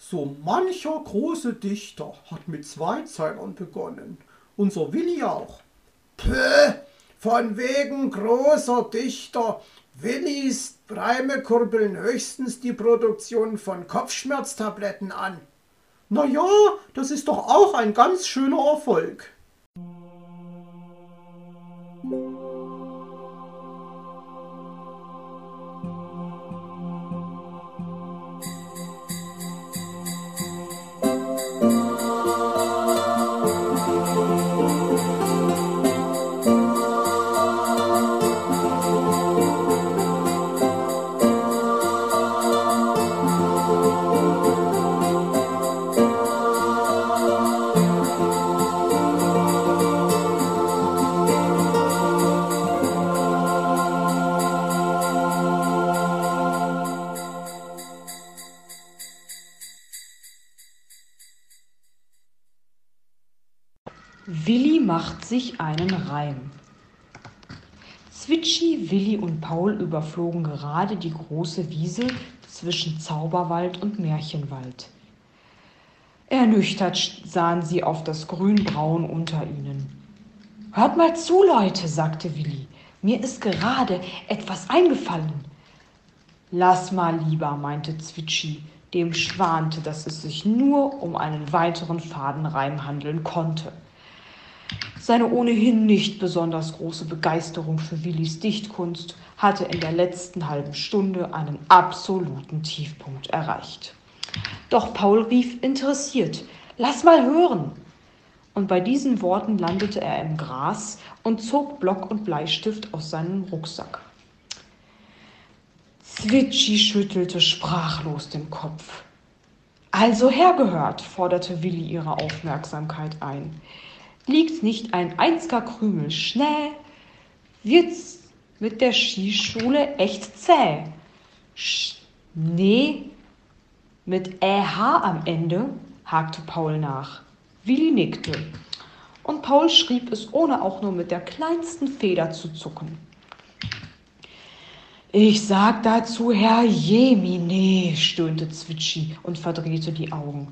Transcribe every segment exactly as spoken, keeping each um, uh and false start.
So mancher große Dichter hat mit Zweizeilern begonnen. Unser Willi auch. Pö, von wegen großer Dichter. Willis Reime kurbeln höchstens die Produktion von Kopfschmerztabletten an. Na ja, das ist doch auch ein ganz schöner Erfolg. Willi macht sich einen Reim. Zwitschi, Willi und Paul überflogen gerade die große Wiese zwischen Zauberwald und Märchenwald. Ernüchtert sahen sie auf das Grünbraun unter ihnen. »Hört mal zu, Leute«, sagte Willi, »mir ist gerade etwas eingefallen.« »Lass mal lieber«, meinte Zwitschi, dem schwante, dass es sich nur um einen weiteren Fadenreim handeln konnte. Seine ohnehin nicht besonders große Begeisterung für Willis Dichtkunst hatte in der letzten halben Stunde einen absoluten Tiefpunkt erreicht. Doch Paul rief interessiert: »Lass mal hören!« Und bei diesen Worten landete er im Gras und zog Block und Bleistift aus seinem Rucksack. Zwitschi schüttelte sprachlos den Kopf. »Also hergehört«, forderte Willi ihre Aufmerksamkeit ein. »Liegt nicht ein einziger Krümel Schnee, wird's mit der Skischule echt zäh. Schnee mit Ä H am Ende?«, hakte Paul nach. Willi nickte, und Paul schrieb es, ohne auch nur mit der kleinsten Feder zu zucken. »Ich sag dazu Herr Jemine«, stöhnte Zwitschi und verdrehte die Augen.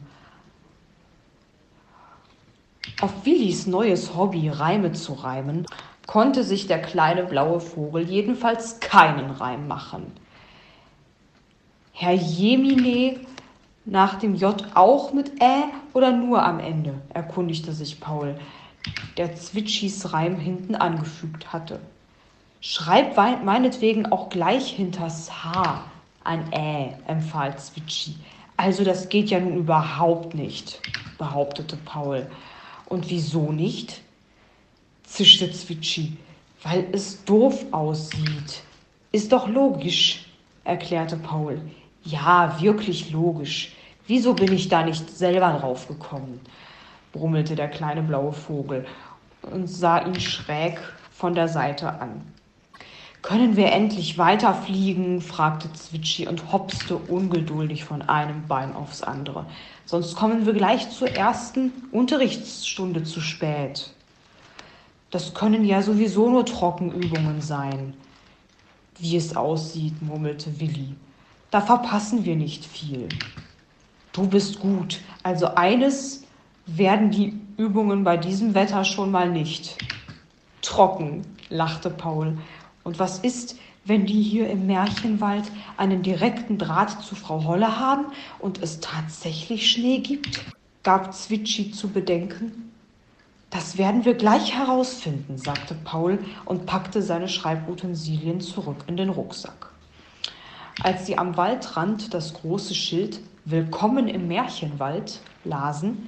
Auf Willis neues Hobby, Reime zu reimen, konnte sich der kleine blaue Vogel jedenfalls keinen Reim machen. Herr Jemine nach dem J auch mit Ä oder nur am Ende, erkundigte sich Paul, der Zwitschis Reim hinten angefügt hatte. »Schreib meinetwegen auch gleich hinters H ein Ä«, empfahl Zwitschi. »Also das geht ja nun überhaupt nicht«, behauptete Paul. »Und wieso nicht?«, zischte Zwitschi. »Weil es doof aussieht.« »Ist doch logisch«, erklärte Paul. »Ja, wirklich logisch. Wieso bin ich da nicht selber drauf gekommen?«, brummelte der kleine blaue Vogel und sah ihn schräg von der Seite an. »Können wir endlich weiterfliegen?«, fragte Zwitschi und hopste ungeduldig von einem Bein aufs andere. »Sonst kommen wir gleich zur ersten Unterrichtsstunde zu spät.« »Das können ja sowieso nur Trockenübungen sein, wie es aussieht«, murmelte Willi. »Da verpassen wir nicht viel.« »Du bist gut. Also eines werden die Übungen bei diesem Wetter schon mal nicht.« »Trocken«, lachte Paul. »Und was ist, wenn die hier im Märchenwald einen direkten Draht zu Frau Holle haben und es tatsächlich Schnee gibt?«, gab Zwitschi zu bedenken. »Das werden wir gleich herausfinden«, sagte Paul und packte seine Schreibutensilien zurück in den Rucksack. Als sie am Waldrand das große Schild »Willkommen im Märchenwald« lasen,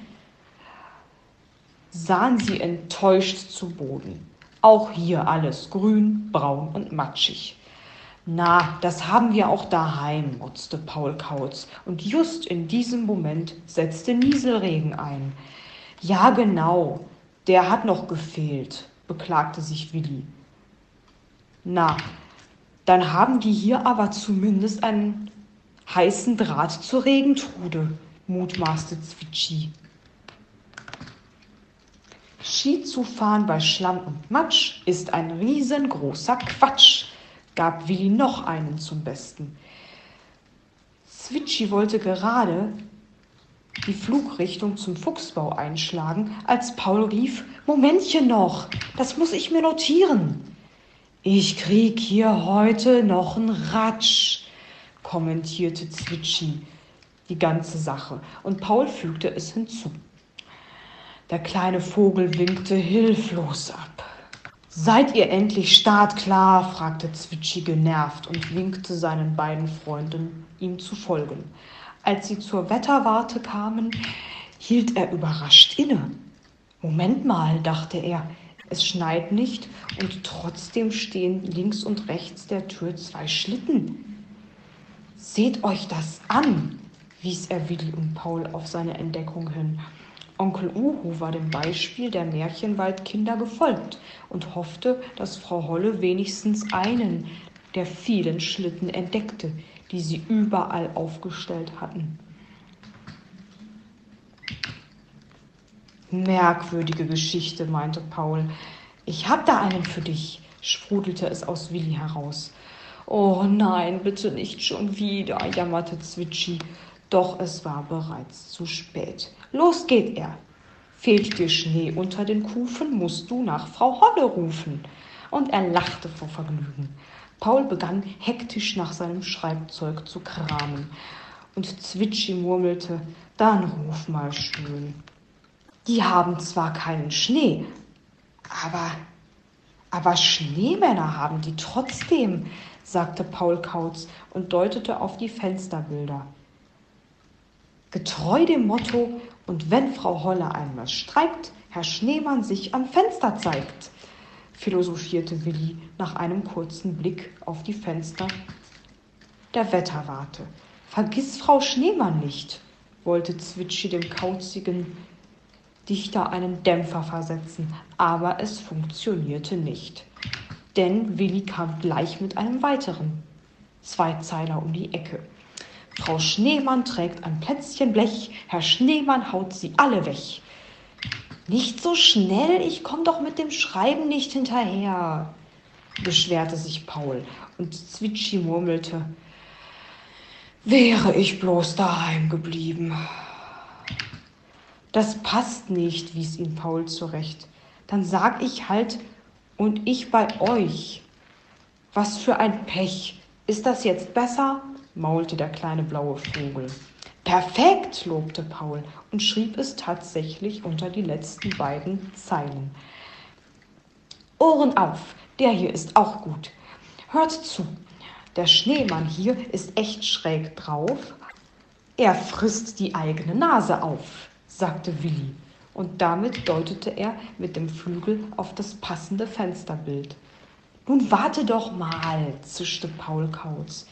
sahen sie enttäuscht zu Boden. Auch hier alles grün, braun und matschig. »Na, das haben wir auch daheim«, motzte Paul Kauz, und just in diesem Moment setzte Nieselregen ein. »Ja, genau, der hat noch gefehlt«, beklagte sich Willi. »Na, dann haben die hier aber zumindest einen heißen Draht zur Regentrude«, mutmaßte Zwitschi. »Ski zu fahren bei Schlamm und Matsch ist ein riesengroßer Quatsch«, gab Willi noch einen zum Besten. Zwitschi wollte gerade die Flugrichtung zum Fuchsbau einschlagen, als Paul rief: »Momentchen noch, das muss ich mir notieren.« »Ich krieg hier heute noch 'n Ratsch«, kommentierte Zwitschi die ganze Sache, und Paul fügte es hinzu. Der kleine Vogel winkte hilflos ab. »Seid ihr endlich startklar?«, fragte Zwitschi genervt und winkte seinen beiden Freunden, ihm zu folgen. Als sie zur Wetterwarte kamen, hielt er überrascht inne. »Moment mal«, dachte er, »es schneit nicht und trotzdem stehen links und rechts der Tür zwei Schlitten. Seht euch das an«, wies er Willi und Paul auf seine Entdeckung hin. Onkel Uhu war dem Beispiel der Märchenwaldkinder gefolgt und hoffte, dass Frau Holle wenigstens einen der vielen Schlitten entdeckte, die sie überall aufgestellt hatten. »Merkwürdige Geschichte«, meinte Paul. »Ich hab da einen für dich«, sprudelte es aus Willi heraus. »Oh nein, bitte nicht schon wieder«, jammerte Zwitschi. Doch es war bereits zu spät. »Los geht er. Fehlt dir Schnee unter den Kufen, musst du nach Frau Holle rufen.« Und er lachte vor Vergnügen. Paul begann hektisch nach seinem Schreibzeug zu kramen. Und Zwitschi murmelte: »Dann ruf mal schön.« »Die haben zwar keinen Schnee, aber, aber Schneemänner haben die trotzdem«, sagte Paul Kauz und deutete auf die Fensterbilder. »Getreu dem Motto: Und wenn Frau Holle einmal streikt, Herr Schneemann sich am Fenster zeigt«, philosophierte Willi nach einem kurzen Blick auf die Fenster der Wetterwarte. »Vergiss Frau Schneemann nicht«, wollte Zwitschi dem kauzigen Dichter einen Dämpfer versetzen, aber es funktionierte nicht. Denn Willi kam gleich mit einem weiteren Zweizeiler um die Ecke. »Frau Schneemann trägt ein Plätzchen Blech, Herr Schneemann haut sie alle weg.« »Nicht so schnell, ich komm doch mit dem Schreiben nicht hinterher«, beschwerte sich Paul, und Zwitschi murmelte: »Wäre ich bloß daheim geblieben.« »Das passt nicht«, wies ihn Paul zurecht. »Dann sag ich halt: Und ich bei euch. Was für ein Pech. Ist das jetzt besser?«, maulte der kleine blaue Vogel. »Perfekt«, lobte Paul und schrieb es tatsächlich unter die letzten beiden Zeilen. »Ohren auf, der hier ist auch gut. Hört zu, der Schneemann hier ist echt schräg drauf. Er frisst die eigene Nase auf«, sagte Willi, und damit deutete er mit dem Flügel auf das passende Fensterbild. »Nun warte doch mal«, zischte Paul Kauz,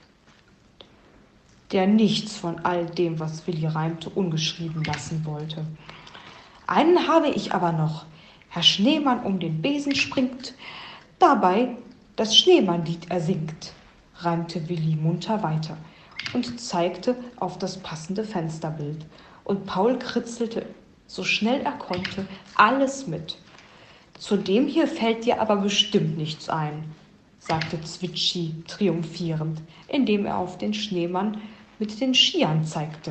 der nichts von all dem, was Willi reimte, ungeschrieben lassen wollte. »Einen habe ich aber noch. Herr Schneemann um den Besen springt, dabei das Schneemannlied er singt«, reimte Willi munter weiter und zeigte auf das passende Fensterbild. Und Paul kritzelte, so schnell er konnte, alles mit. »Zu dem hier fällt dir aber bestimmt nichts ein«, sagte Zwitschi triumphierend, indem er auf den Schneemann mit den Skiern zeigte.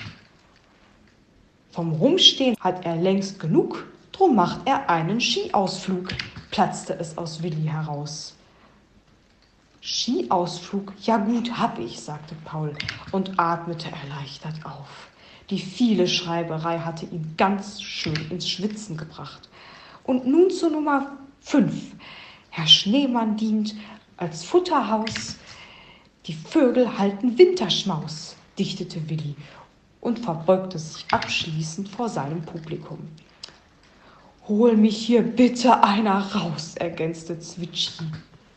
»Vom Rumstehen hat er längst genug, drum macht er einen Skiausflug«, platzte es aus Willi heraus. »Skiausflug, ja gut, hab ich«, sagte Paul und atmete erleichtert auf. Die viele Schreiberei hatte ihn ganz schön ins Schwitzen gebracht. Und nun zur Nummer fünf. Herr Schneemann dient als Futterhaus, die Vögel halten Winterschmaus, dichtete Willi und verbeugte sich abschließend vor seinem Publikum. »Hol mich hier bitte einer raus«, ergänzte Zwitschi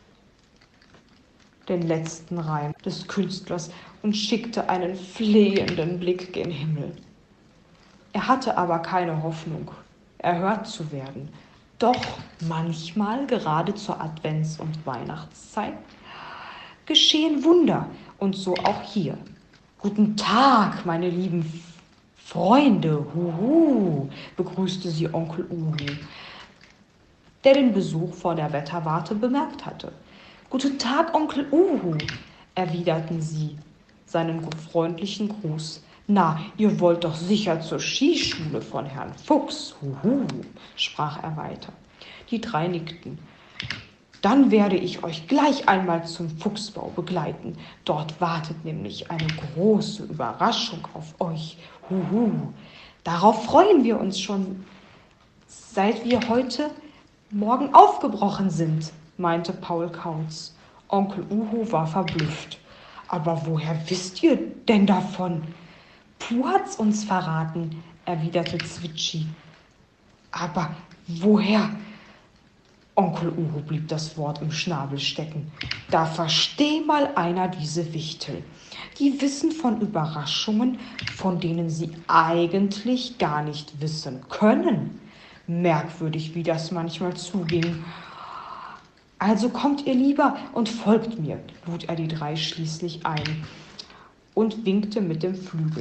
den letzten Reim des Künstlers und schickte einen flehenden Blick gen Himmel. Er hatte aber keine Hoffnung, erhört zu werden. Doch manchmal, gerade zur Advents- und Weihnachtszeit, geschehen Wunder, und so auch hier. »Guten Tag, meine lieben Freunde, huhu«, begrüßte sie Onkel Uhu, der den Besuch vor der Wetterwarte bemerkt hatte. »Guten Tag, Onkel Uhu«, erwiderten sie seinen freundlichen Gruß, »Na, ihr wollt doch sicher zur Skischule von Herrn Fuchs, huhu«, sprach er weiter. Die drei nickten. »Dann werde ich euch gleich einmal zum Fuchsbau begleiten. Dort wartet nämlich eine große Überraschung auf euch. Huhu. Darauf freuen wir uns schon, seit wir heute Morgen aufgebrochen sind«, meinte Paul Kauz. Onkel Uhu war verblüfft. »Aber woher wisst ihr denn davon?« »Puh hat's uns verraten«, erwiderte Zwitschi. »Aber woher?« Onkel Uhu blieb das Wort im Schnabel stecken. »Da versteh mal einer diese Wichtel. Die wissen von Überraschungen, von denen sie eigentlich gar nicht wissen können. Merkwürdig, wie das manchmal zuging. Also kommt ihr lieber und folgt mir«, lud er die drei schließlich ein und winkte mit dem Flügel.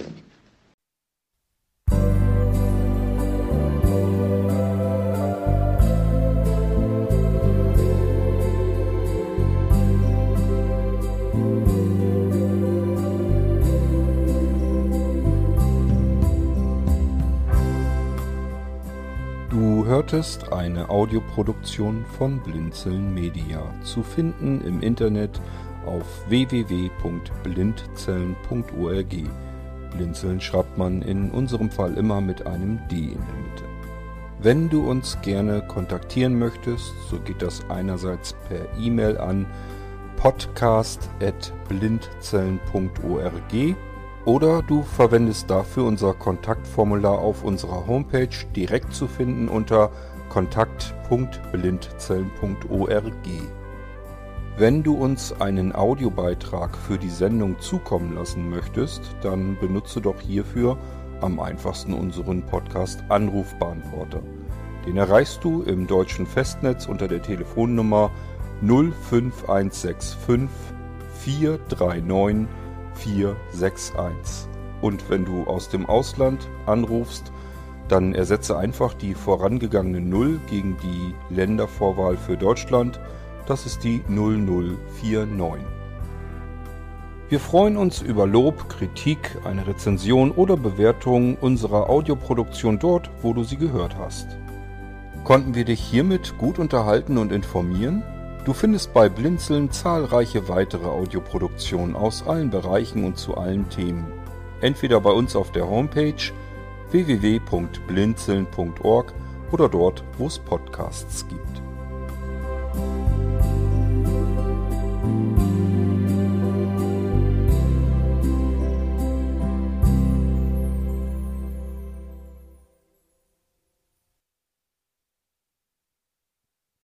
Du hörtest eine Audioproduktion von Blinzeln Media, zu finden im Internet auf w w w punkt blindzellen punkt org. Blinzeln schreibt man in unserem Fall immer mit einem D in der Mitte. Wenn du uns gerne kontaktieren möchtest, so geht das einerseits per E-Mail an podcast at blindzellen punkt org oder du verwendest dafür unser Kontaktformular auf unserer Homepage, direkt zu finden unter kontakt punkt blindzellen punkt org. Wenn du uns einen Audiobeitrag für die Sendung zukommen lassen möchtest, dann benutze doch hierfür am einfachsten unseren Podcast Anrufbeantworter. Den erreichst du im deutschen Festnetz unter der Telefonnummer null fünf eins sechs fünf vier drei neun vier sechs eins. Und wenn du aus dem Ausland anrufst, dann ersetze einfach die vorangegangene null gegen die Ländervorwahl für Deutschland. Das ist die null null vier neun. Wir freuen uns über Lob, Kritik, eine Rezension oder Bewertung unserer Audioproduktion dort, wo du sie gehört hast. Konnten wir dich hiermit gut unterhalten und informieren? Du findest bei Blinzeln zahlreiche weitere Audioproduktionen aus allen Bereichen und zu allen Themen. Entweder bei uns auf der Homepage w w w punkt blinzeln punkt org oder dort, wo es Podcasts gibt.